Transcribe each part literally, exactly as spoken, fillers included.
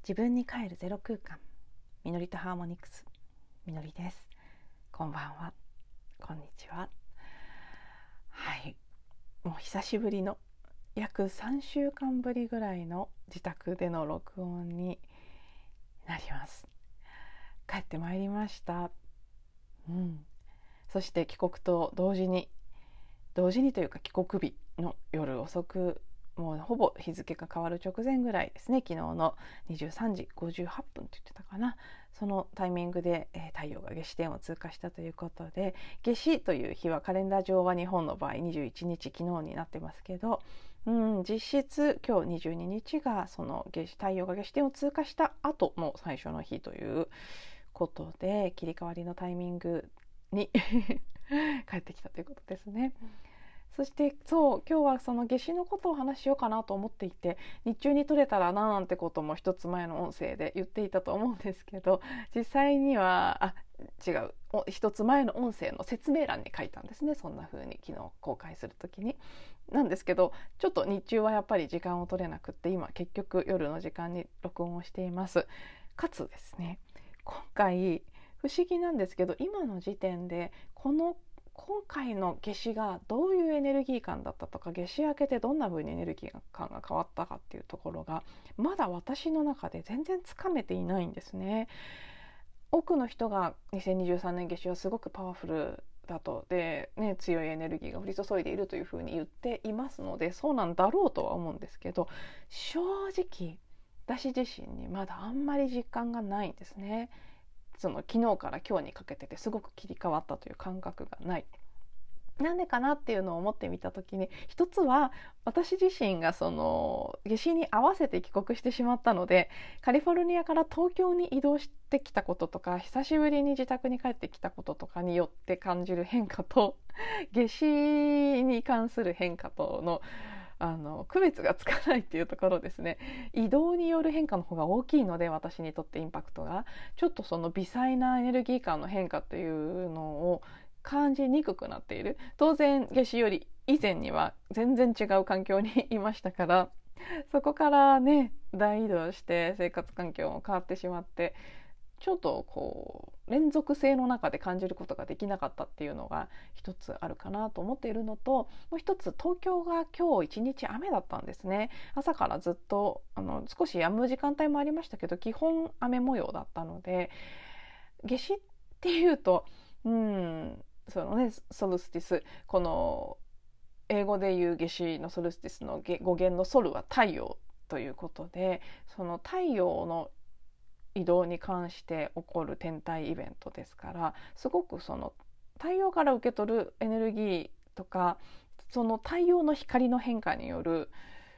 自分に帰るゼロ空間、みのりとハーモニクス、みのりです。こんばんは、こんにちは。はい、もう久しぶりの約さんしゅうかんぶりぐらいの自宅での録音になります。帰ってまいりました。うん、そして帰国と同時に同時にというか帰国日の夜遅く、もうほぼ日付が変わる直前ぐらいですね、昨日のにじゅうさんじごじゅうはっぷんって言ってたかな、そのタイミングで、えー、太陽が夏至点を通過したということで、夏至という日はカレンダー上は日本の場合にじゅういちにち、昨日になってますけど、うん、実質今日にじゅうににちがその夏至、太陽が夏至点を通過した後の最初の日ということで、切り替わりのタイミングに帰ってきたということですね。そしてそう今日はその夏至のことをお話ししようかなと思っていて、日中に撮れたらななんてことも一つ前の音声で言っていたと思うんですけど、実際にはあ違う一つ前の音声の説明欄に書いたんですね。そんな風に昨日公開する時になんですけど、ちょっと日中はやっぱり時間を取れなくって、今結局夜の時間に録音をしています。かつですね、今回不思議なんですけど、今の時点でこの今回の夏至がどういうエネルギー感だったとか、夏至明けてどんな風にエネルギー感が変わったかっていうところがまだ私の中で全然つかめていないんですね。多くの人がにせんにじゅうさんねん夏至はすごくパワフルだとで、ね、強いエネルギーが降り注いでいるという風に言っていますので、そうなんだろうとは思うんですけど、正直私自身にまだあんまり実感がないんですね。その昨日から今日にかけてですごく切り替わったという感覚がない。なんでかなっていうのを思ってみたときに、一つは私自身がその夏至に合わせて帰国してしまったので、カリフォルニアから東京に移動してきたこととか、久しぶりに自宅に帰ってきたこととかによって感じる変化と、夏至に関する変化とのあの区別がつかないっていうところですね。移動による変化の方が大きいので、私にとってインパクトがちょっとその微細なエネルギー感の変化というのを感じにくくなっている。当然夏至より以前には全然違う環境にいましたから、そこからね大移動して生活環境も変わってしまって、ちょっとこう連続性の中で感じることができなかったっていうのが一つあるかなと思っているのと、もう一つ東京が今日一日雨だったんですね。朝からずっとあの少し止む時間帯もありましたけど、基本雨模様だったので、夏至っていうとうんそのねソルスティス、この英語でいう夏至のソルスティスの語源のソルは太陽ということで、その太陽の移動に関して起こる天体イベントですから、すごくその太陽から受け取るエネルギーとか、その太陽の光の変化による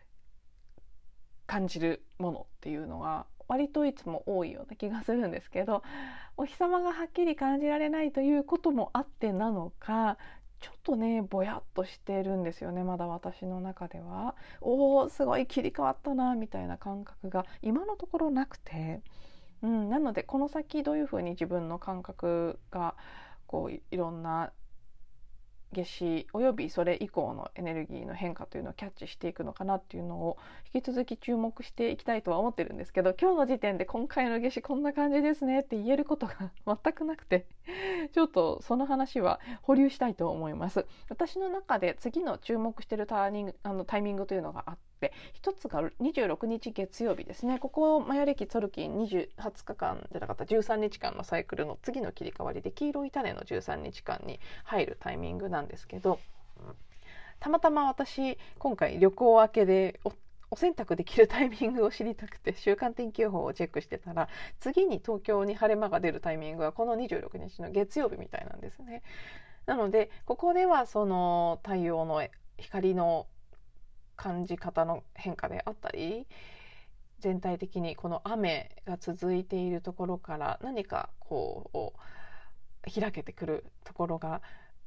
感じるものっていうのが割といつも多いような気がするんですけど、お日様がはっきり感じられないということもあってなのか、ちょっとねぼやっとしてるんですよね、まだ私の中では。おーすごい切り替わったなみたいな感覚が今のところなくて、うん、なのでこの先どういうふうに自分の感覚がこういろんな夏至およびそれ以降のエネルギーの変化というのをキャッチしていくのかなっていうのを引き続き注目していきたいとは思ってるんですけど、今日の時点で今回の夏至こんな感じですねって言えることが全くなくて、ちょっとその話は保留したいと思います。私の中で次の注目しているターニングあのタイミングというのがあって、一つがにじゅうろくにち月曜日ですね。ここマヤ暦ツォルキンにじゅう、はつかかんじゃなかったじゅうさんにちかんのサイクルの次の切り替わりで、黄色い種のじゅうさんにちかんに入るタイミングなんですけど、たまたま私今回旅行明けで お, お洗濯できるタイミングを知りたくて週間天気予報をチェックしてたら、次に東京に晴れ間が出るタイミングはこのにじゅうろくにちの月曜日みたいなんですね。なのでここではその太陽の光の感じ方の変化であったり、全体的にこの雨が続いているところから何かこう開けてくるところが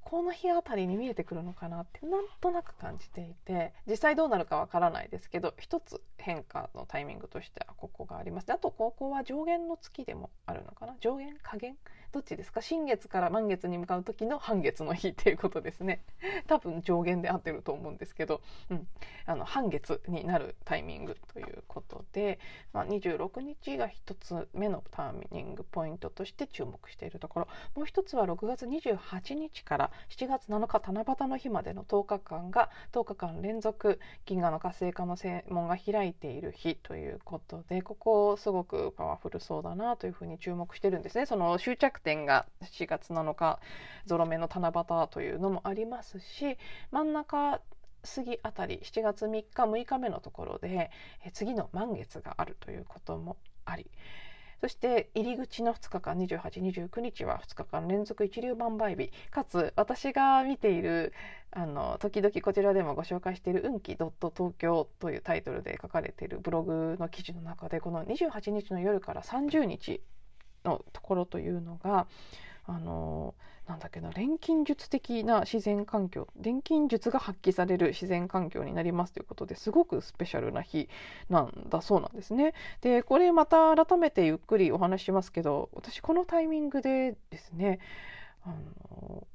この日あたりに見えてくるのかなってなんとなく感じていて、実際どうなるかわからないですけど、一つ変化のタイミングとしてはここがあります。であとここは上限の月でもあるのかな、上限下限どっちですか、新月から満月に向かう時の半月の日っていうことですね。多分上限で合ってると思うんですけど、うん、あの半月になるタイミングということで、まあ、にじゅうろくにちが一つ目のターミングポイントとして注目しているところ、もう一つはろくがつにじゅうはちにちからしちがつなのか七夕の日までのとおかかんがとおかかん連続銀河の活性化の正門が開いている日ということで、ここすごくパワフルそうだなというふうに注目してるんですね。その終着点がしちがつなのかゾロ目の七夕というのもありますし、真ん中過ぎあたりしちがつみっかむいかめのところでえ次の満月があるということもあり、そして入り口のふつかかんにじゅうはち、にじゅうくにちはふつかかん連続一粒万倍日、かつ私が見ているあの時々こちらでもご紹介している運気 .東京 というタイトルで書かれているブログの記事の中で、このにじゅうはちにちの夜からさんじゅうにちのところというのがあのなんだっけな錬金術的な自然環境、錬金術が発揮される自然環境になりますということで、すごくスペシャルな日なんだそうなんですね。でこれまた改めてゆっくりお話ししますけど、私このタイミングでですね、あの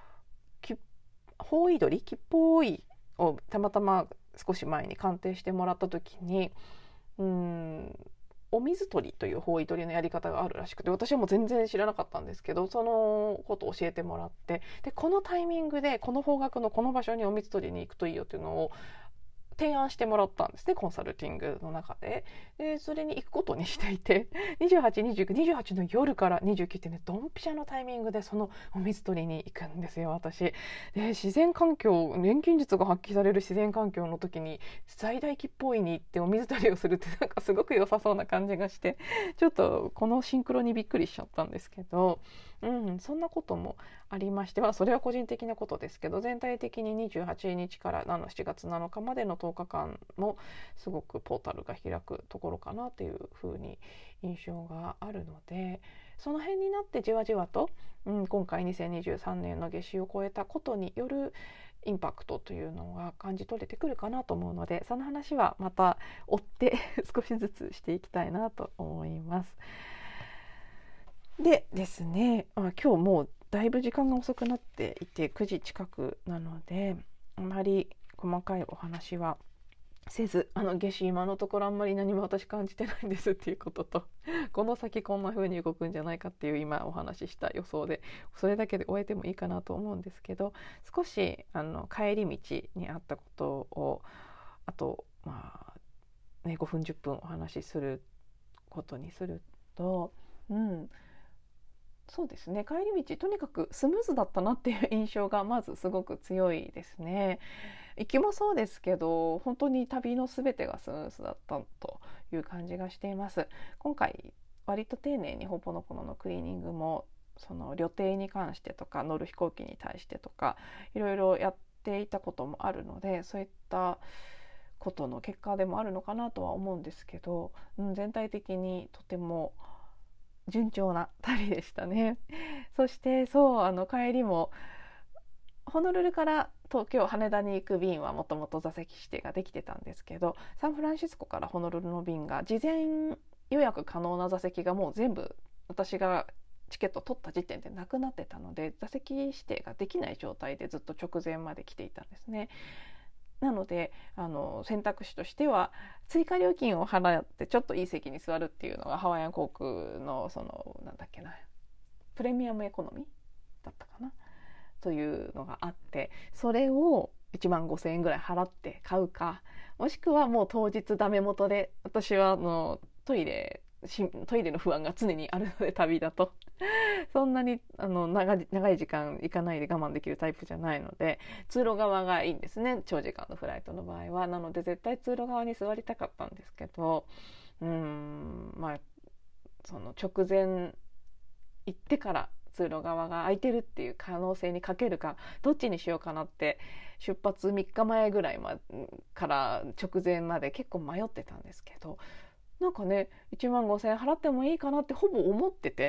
方位鳥吉方位をたまたま少し前に鑑定してもらった時に、うーんお水取りという方位取りのやり方があるらしくて、私はもう全然知らなかったんですけど、そのことを教えてもらって、でこのタイミングでこの方角のこの場所にお水取りに行くといいよっていうのを提案してもらったんですね、コンサルティングの中で。でそれに行くことにしていて、にじゅうはち、にじゅうく、にじゅうはちの夜からにじゅうくってね、ドンピシャのタイミングでそのお水取りに行くんですよ、私。で自然環境、錬金術が発揮される自然環境の時に最大吉方位に行ってお水取りをするってなんかすごく良さそうな感じがして、ちょっとこのシンクロにびっくりしちゃったんですけど、うん、そんなこともありまして、まあ、それは個人的なことですけど、全体的ににじゅうはちにちからしちがつなのかまでのとおかかんもすごくポータルが開くところかなというふうに印象があるので、その辺になってじわじわと、うん、今回にせんにじゅうさんねんの夏至を超えたことによるインパクトというのが感じ取れてくるかなと思うので、その話はまた追って少しずつしていきたいなと思います。でですね、あ今日もうだいぶ時間が遅くなっていてくじ近くなので、あまり細かいお話はせず、あの夏至今のところあんまり何も私感じてないんですっていうことと、この先こんな風に動くんじゃないかっていう今お話しした予想で、それだけで終えてもいいかなと思うんですけど、少しあの帰り道にあったことをあと、まあね、ごふんじゅっぷんお話しすることにすると、うんそうですね、帰り道とにかくスムーズだったなっていう印象がまずすごく強いですね。行きもそうですけど、本当に旅のすべてがスムーズだったという感じがしています。今回割と丁寧にほぼのこののクリーニングもその旅程に関してとか乗る飛行機に対してとかいろいろやっていたこともあるので、そういったことの結果でもあるのかなとは思うんですけど、うん、全体的にとても順調な旅でしたね。そしてそうあの帰りもホノルルから東京羽田に行く便はもともと座席指定ができてたんですけど、サンフランシスコからホノルルの便が事前予約可能な座席がもう全部私がチケット取った時点でなくなってたので、座席指定ができない状態でずっと直前まで来ていたんですね。なのであの選択肢としては追加料金を払ってちょっといい席に座るっていうのがハワイアン航空のそのなんだっけなプレミアムエコノミーだったかなというのがあって、それをいちまんごせんえんぐらい払って買うか、もしくはもう当日ダメ元で、私はあのトイレトイレの不安が常にあるので旅だとそんなにあの 長, 長い時間行かないで我慢できるタイプじゃないので、通路側がいいんですね、長時間のフライトの場合は。なので絶対通路側に座りたかったんですけど、うーんまあその直前行ってから通路側が空いてるっていう可能性にかけるかどっちにしようかなって出発みっかまえぐらいまから直前まで結構迷ってたんですけど、なんかねいちまんごせんえん払ってもいいかなってほぼ思ってて、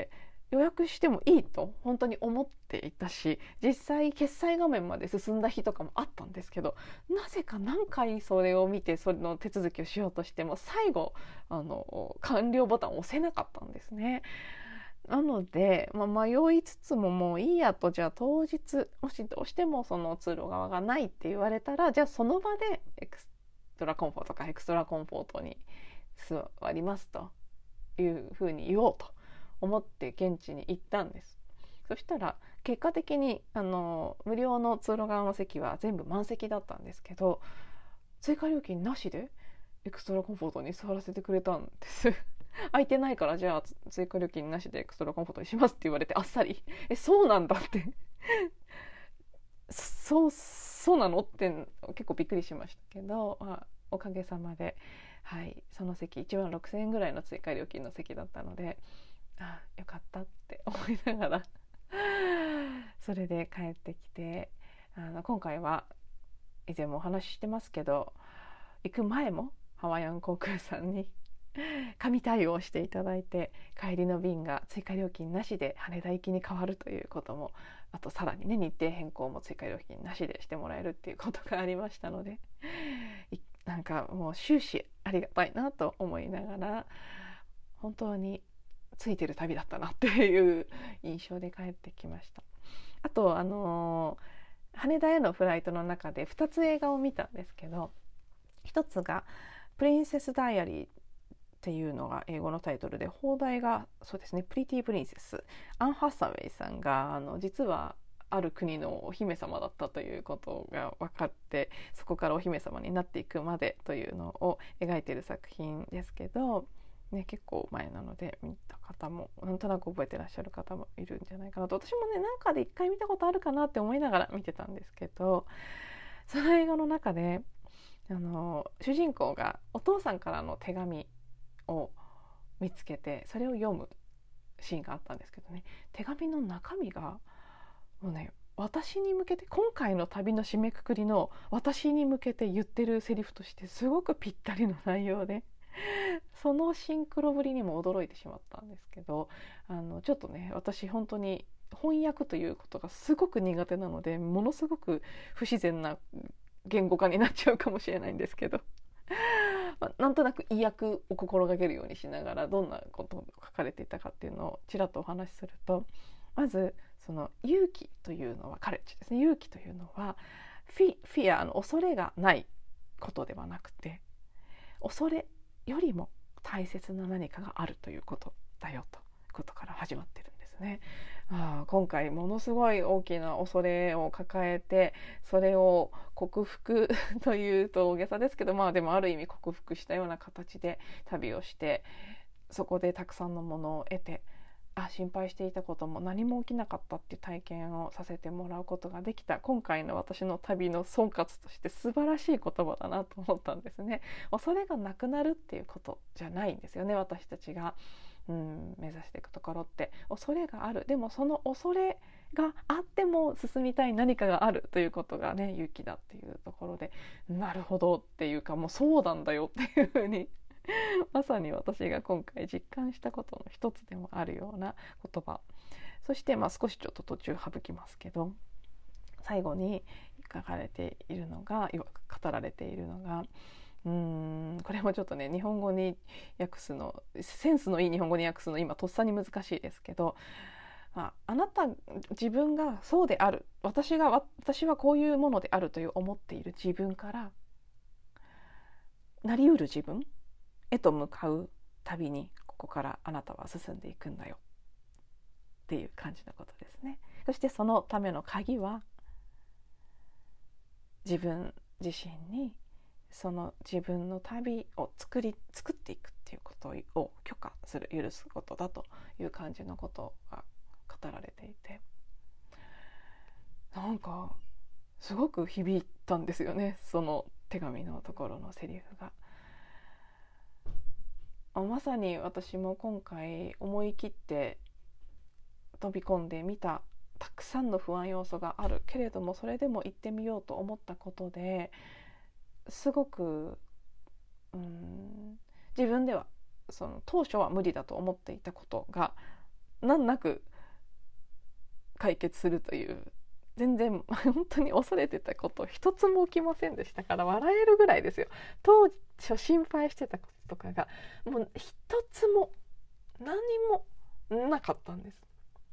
予約してもいいと本当に思っていたし、実際決済画面まで進んだ日とかもあったんですけど、なぜか何回それを見てそれの手続きをしようとしても最後あの完了ボタンを押せなかったんですね。なので、まあ、迷いつつももういいやと、じゃあ当日もしどうしてもその通路側がないって言われたら、じゃあその場でエクストラコンフォートかエクストラコンフォートに座りますというふうに言おうと思って現地に行ったんです。そしたら結果的にあの無料の通路側の席は全部満席だったんですけど、追加料金なしでエクストラコンフォートに座らせてくれたんです空いてないから、じゃあ追加料金なしでエクストラコンフォートにしますって言われて、あっさりえそうなんだってそうそうなのって結構びっくりしましたけど、まあ、おかげさまで、はい、その席いちまんろくせんえんぐらいの追加料金の席だったので、あよかったって思いながらそれで帰ってきて、あの今回は以前もお話ししてますけど、行く前もハワイアン航空さんに神対応していただいて、帰りの便が追加料金なしで羽田行きに変わるということも、あとさらにね日程変更も追加料金なしでしてもらえるっていうことがありましたので、なんかもう終始ありがたいなと思いながら、本当についてる旅だったなっていう印象で帰ってきました。あとあのー、羽田へのフライトの中でふたつ映画を見たんですけど、ひとつがプリンセスダイアリーっていうのが英語のタイトルで、放題がそうですね、プリティプリンセス、アン・ハサウェイさんがあの実はある国のお姫様だったということが分かって、そこからお姫様になっていくまでというのを描いている作品ですけど、ね、結構前なので見た方もなんとなく覚えてらっしゃる方もいるんじゃないかなと、私もねなんかで一回見たことあるかなって思いながら見てたんですけど、その映画の中であの主人公がお父さんからの手紙を見つけてそれを読むシーンがあったんですけどね、手紙の中身がもうね、私に向けて、今回の旅の締めくくりの私に向けて言ってるセリフとしてすごくぴったりの内容で、そのシンクロぶりにも驚いてしまったんですけど、あのちょっとね私本当に翻訳ということがすごく苦手なので、ものすごく不自然な言語化になっちゃうかもしれないんですけどまあ、なんとなく意訳を心がけるようにしながら、どんなことが書かれていたかっていうのをちらっとお話しすると、まずその勇気というのは、カレッジですね、勇気というのはフィ、フィアの恐れがないことではなくて、恐れよりも大切な何かがあるということだよということから始まってるんですね。ああ、今回ものすごい大きな恐れを抱えて、それを克服というと大げさですけど、まあでもある意味克服したような形で旅をして、そこでたくさんのものを得て、あ、心配していたことも何も起きなかったっていう体験をさせてもらうことができた今回の私の旅の総括として素晴らしい言葉だなと思ったんですね。恐れがなくなるっていうことじゃないんですよね。私たちが、うん、目指していくところって恐れがある。でもその恐れがあっても進みたい何かがあるということがね、勇気だっていうところで、なるほどっていうか、もうそうなんだよっていうふうにまさに私が今回実感したことの一つでもあるような言葉。そしてまあ少しちょっと途中省きますけど、最後に書かれているのが、語られているのが、うーんこれもちょっとね日本語に訳すの、センスのいい日本語に訳すの今とっさに難しいですけど、まあ、あなた自分がそうである、私が私はこういうものであるという思っている自分からなりうる自分へと向かう旅に、ここからあなたは進んでいくんだよっていう感じのことですね。そしてそのための鍵は、自分自身にその自分の旅を作り作っていくっていうことを許可する、許すことだという感じのことが語られていて、なんかすごく響いたんですよね、その手紙のところのセリフが。まさに私も今回思い切って飛び込んでみた、たくさんの不安要素があるけれどもそれでも行ってみようと思ったことで、すごくうーん自分ではその当初は無理だと思っていたことが難なく解決するという、全然本当に恐れてたこと一つも起きませんでしたから、笑えるぐらいですよ。当初心配してたこととかがもう一つも何もなかったんです。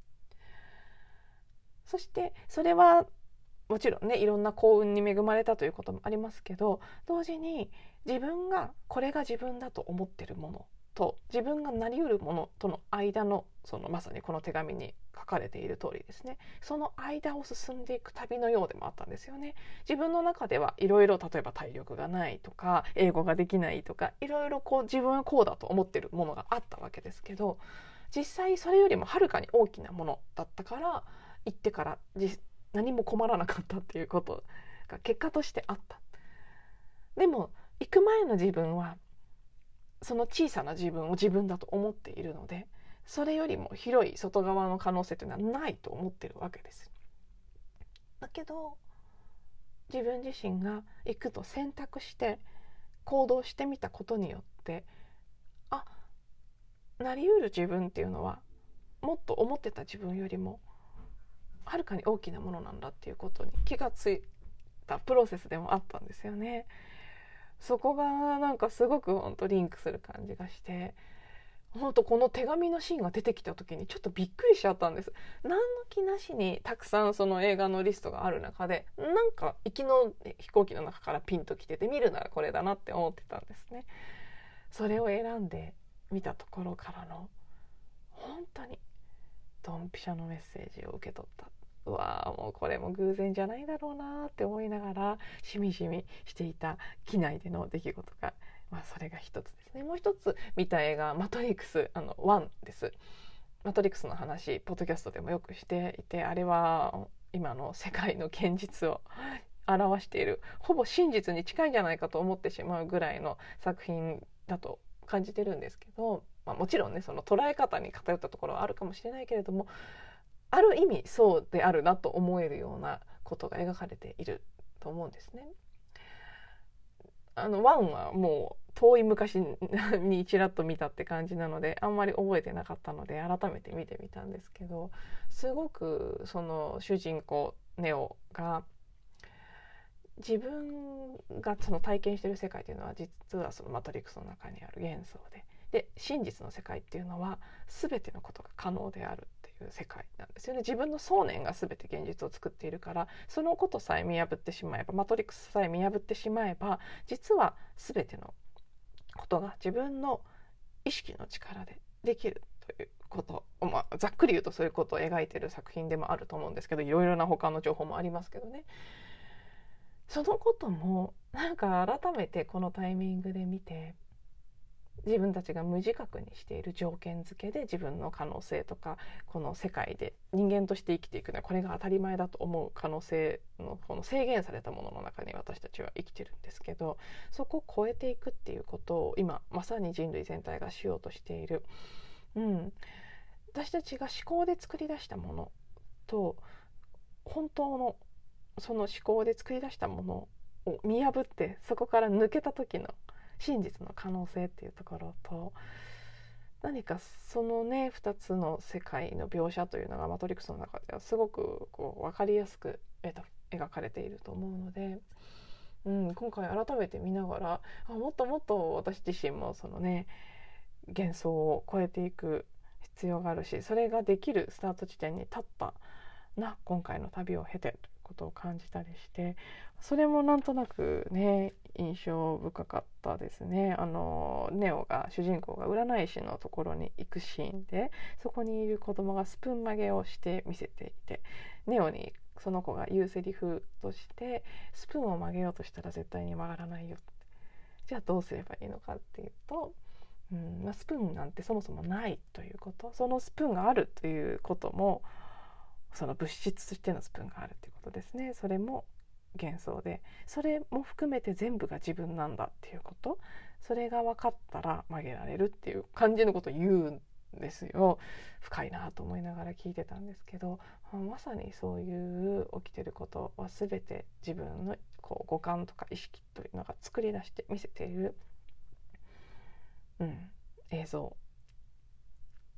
そしてそれはもちろんね、いろんな幸運に恵まれたということもありますけど、同時に自分がこれが自分だと思ってるものと自分がなりうるものとの間の、そのまさにこの手紙に書かれている通りですね、その間を進んでいく旅のようでもあったんですよね。自分の中ではいろいろ、例えば体力がないとか英語ができないとか、いろいろこう自分はこうだと思ってるものがあったわけですけど、実際それよりもはるかに大きなものだったから、行ってから何も困らなかったっていうことが結果としてあった。でも行く前の自分はその小さな自分を自分だと思っているので、それよりも広い外側の可能性というのはないと思ってるわけです。だけど自分自身が行くと選択して行動してみたことによって、あ、なりうる自分っていうのはもっと思ってた自分よりもはるかに大きなものなんだっていうことに気がついたプロセスでもあったんですよね。そこがなんかすごく本当リンクする感じがして、本当この手紙のシーンが出てきた時にちょっとびっくりしちゃったんです。何の気なしにたくさんその映画のリストがある中で、なんか行きの飛行機の中からピンときてて、見るならこれだなって思ってたんですね。それを選んで見たところからの本当にドンピシャのメッセージを受け取った。うわー、もうこれも偶然じゃないだろうなって思いながらしみじみしていた機内での出来事が、まあ、それが一つですね。もう一つ見た映画マトリックスあのワンです。マトリックスの話ポッドキャストでもよくしていて、あれは今の世界の現実を表している、ほぼ真実に近いんじゃないかと思ってしまうぐらいの作品だと感じてるんですけど、まあ、もちろんねその捉え方に偏ったところはあるかもしれないけれども、ある意味そうであるなと思えるようなことが描かれていると思うんですね。あのワンはもう遠い昔にちらっと見たって感じなので、あんまり覚えてなかったので改めて見てみたんですけど、すごくその主人公ネオが自分がその体験している世界というのは実はそのマトリックスの中にある幻想で、で真実の世界っていうのは全てのことが可能であるっていう世界なんですよね。自分の想念が全て現実を作っているから、そのことさえ見破ってしまえば、マトリックスさえ見破ってしまえば、実は全てのことが自分の意識の力でできるということを、まあ、ざっくり言うとそういうことを描いている作品でもあると思うんですけど、いろいろな他の情報もありますけどね。そのこともなんか改めてこのタイミングで見て、自分たちが無自覚にしている条件付けで自分の可能性とか、この世界で人間として生きていくのはこれが当たり前だと思う可能性のこの制限されたものの中に私たちは生きてるんですけど、そこを超えていくっていうことを今まさに人類全体がしようとしている。うん、私たちが思考で作り出したものと本当のその思考で作り出したものを見破ってそこから抜けた時の真実の可能性っていうところと、何かそのねふたつの世界の描写というのがマトリックスの中ではすごくこう分かりやすく描かれていると思うので、うん、今回改めて見ながら、あ、もっともっと私自身もそのね幻想を超えていく必要があるし、それができるスタート地点に立ったな今回の旅を経てということを感じたりして、それもなんとなくね印象深かったですね。あのネオが主人公が占い師のところに行くシーンで、そこにいる子供がスプーン曲げをして見せていて、ネオにその子が言うセリフとして、スプーンを曲げようとしたら絶対に曲がらないよって、じゃあどうすればいいのかっていうと、うんまあ、スプーンなんてそもそもないということ、そのスプーンがあるということも、その物質としてのスプーンがあるということですね。それも幻想で、それも含めて全部が自分なんだっていうこと、それが分かったら曲げられるっていう感じのことを言うんですよ。深いなと思いながら聞いてたんですけど、まさにそういう起きてることは全て自分のこう五感とか意識というのが作り出して見せている、うん、映像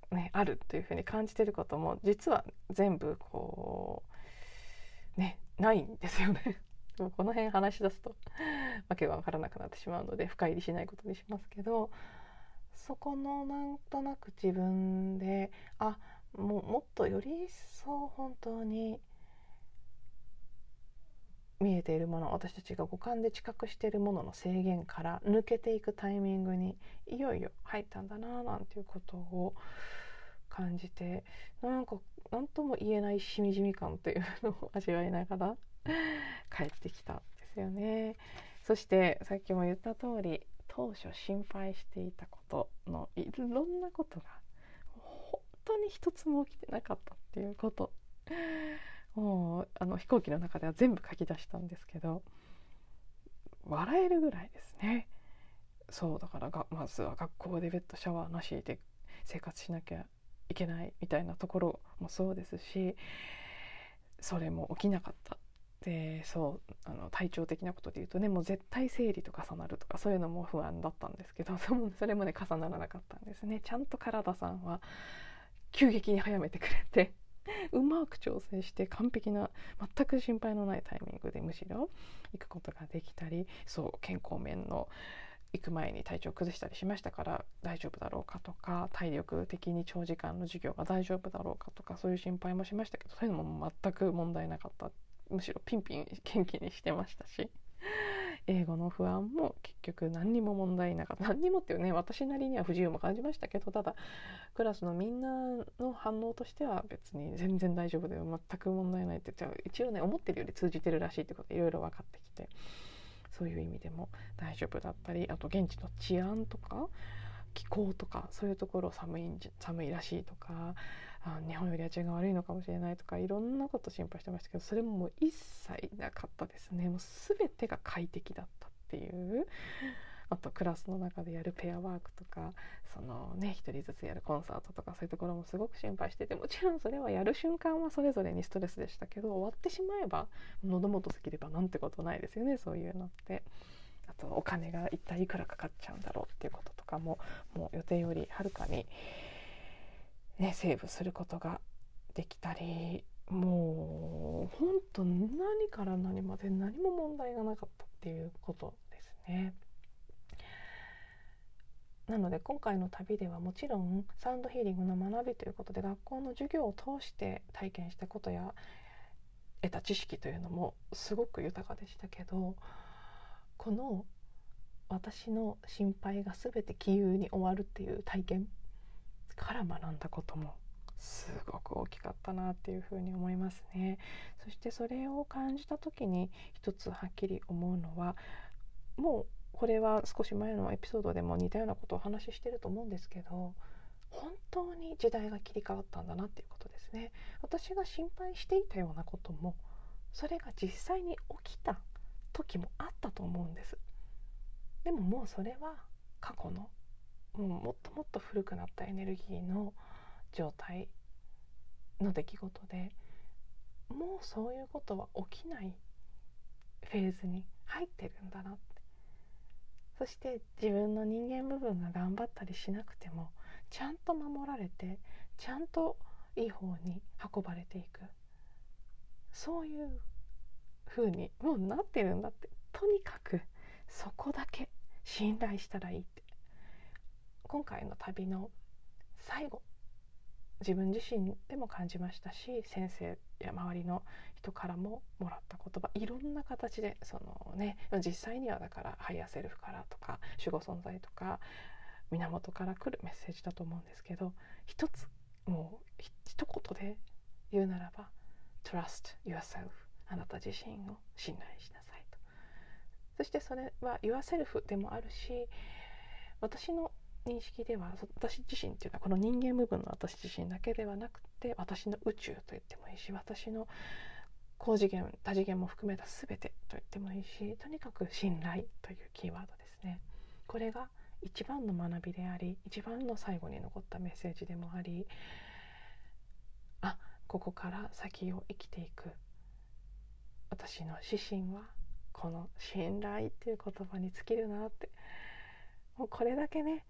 ね、あるというふうに感じていることも実は全部こうねないんですよね。でもこの辺話し出すとわけが分からなくなってしまうので深入りしないことにしますけど、そこのなんとなく自分であもうもっとより一層本当に見えているもの、私たちが五感で知覚しているものの制限から抜けていくタイミングにいよいよ入ったんだななんていうことを感じて、なんか何とも言えないしみじみ感というのを味わいながら帰ってきたんですよね。そしてさっきも言った通り、当初心配していたことのいろんなことが本当に一つも起きてなかったっていうこと、もうあの飛行機の中では全部書き出したんですけど、笑えるぐらいですね。そうだからがまずは学校でベッドシャワーなしで生活しなきゃいけないみたいなところもそうですし、それも起きなかった。でそうあの体調的なことで言うとね、もう絶対生理と重なるとかそういうのも不安だったんですけど、それもね重ならなかったんですね。ちゃんと体さんは急激に早めてくれてうまく調整して完璧な全く心配のないタイミングでむしろ行くことができたり、そう健康面の行く前に体調崩したりしましたから大丈夫だろうかとか、体力的に長時間の授業が大丈夫だろうかとか、そういう心配もしましたけど、そういうのも全く問題なかった。むしろピンピン元気にしてましたし、英語の不安も結局何にも問題なかった。何にもっていうね、私なりには不自由も感じましたけど、ただクラスのみんなの反応としては別に全然大丈夫だよ、全く問題ないって言っちゃう。一応ね思ってるより通じてるらしいってこといろいろ分かってきて、そういう意味でも大丈夫だったり、あと現地の治安とか気候とかそういうところ寒いんじゃ寒いらしいとか、あ日本よりは治安が悪いのかもしれないとか、いろんなこと心配してましたけど、それももう一切なかったですね。もう全てが快適だったっていう。あとクラスの中でやるペアワークとか、そのね一人ずつやるコンサートとか、そういうところもすごく心配してて、もちろんそれはやる瞬間はそれぞれにストレスでしたけど、終わってしまえば喉元過ぎればなんてことないですよね、そういうのって。あとお金が一体いくらかかっちゃうんだろうっていうこととかも、もう予定よりはるかに、ね、セーブすることができたり、もう本当何から何まで何も問題がなかったっていうことですね。なので今回の旅ではもちろんサウンドヒーリングの学びということで、学校の授業を通して体験したことや得た知識というのもすごく豊かでしたけど、この私の心配が全て気憂に終わるっていう体験から学んだこともすごく大きかったなっていうふうに思いますね。そしてそれを感じた時に一つはっきり思うのは、もうこれは少し前のエピソードでも似たようなことをお話ししてると思うんですけど、本当に時代が切り替わったんだなっていうことですね。私が心配していたようなことも、それが実際に起きた時もあったと思うんです。でももうそれは過去のもうもっともっと古くなったエネルギーの状態の出来事で、もうそういうことは起きないフェーズに入ってるんだなって。そして自分の人間部分が頑張ったりしなくてもちゃんと守られて、ちゃんといい方に運ばれていく、そういう風にもうなってるんだって。とにかくそこだけ信頼したらいいって、今回の旅の最後自分自身でも感じましたし、先生や周りの人からももらった言葉、いろんな形でそのね、実際にはだからハイヤーセルフからとか守護存在とか源から来るメッセージだと思うんですけど、一つもう一言で言うならば Trust yourself、 あなた自身を信頼しなさいと。そしてそれは yourself でもあるし、私の認識では私自身っていうのはこの人間部分の私自身だけではなくて、私の宇宙と言ってもいいし、私の高次元多次元も含めた全てと言ってもいいし、とにかく信頼というキーワードですね。これが一番の学びであり、一番の最後に残ったメッセージでもあり、あ、ここから先を生きていく私の指針はこの信頼っていう言葉に尽きるなって。もうこれだけね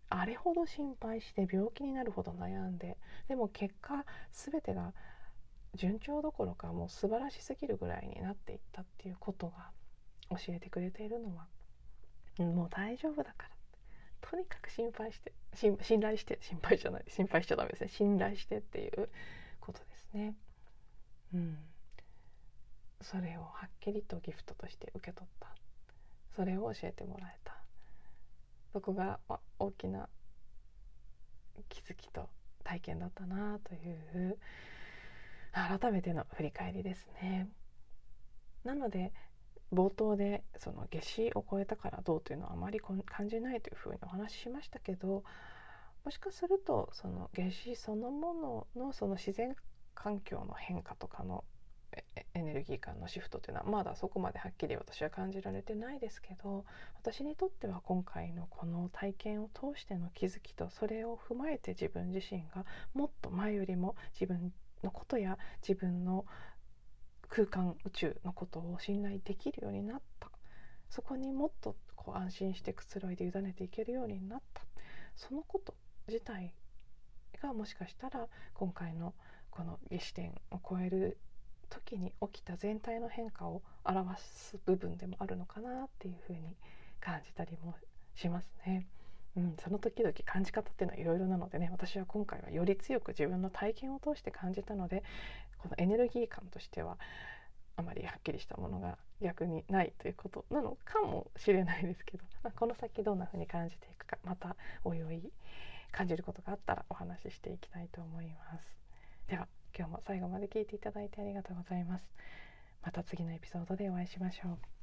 あれほど心配して病気になるほど悩んで、でも結果全てが順調どころかもう素晴らしすぎるぐらいになっていったっていうことが教えてくれているのは、もう大丈夫だから、とにかく心配して信頼して心配じゃない心配しちゃダメですね信頼してっていうことですね。うん、それをはっきりとギフトとして受け取った、それを教えてもらえた、そこが、ま、大きな気づきと体験だったなという改めての振り返りですね。なので冒頭でその夏至を超えたからどうというのはあまり感じないというふうにお話ししましたけど、もしかするとその夏至そのもののその自然環境の変化とかのエネルギー感のシフトというのはまだそこまではっきり私は感じられてないですけど、私にとっては今回のこの体験を通しての気づきと、それを踏まえて自分自身がもっと前よりも自分のことや自分の空間宇宙のことを信頼できるようになった、そこにもっとこう安心してくつろいで委ねていけるようになった、そのこと自体がもしかしたら今回のこの夏至点を超える時に起きた全体の変化を表す部分でもあるのかなっていうふうに感じたりもしますね。うん、その時々感じ方っていうのはいろいろなのでね、私は今回はより強く自分の体験を通して感じたので、このエネルギー感としてはあまりはっきりしたものが逆にないということなのかもしれないですけど、まあ、この先どんな風に感じていくか、またおいおい感じることがあったらお話ししていきたいと思います。では今日も最後まで聞いていただいてありがとうございます。また次のエピソードでお会いしましょう。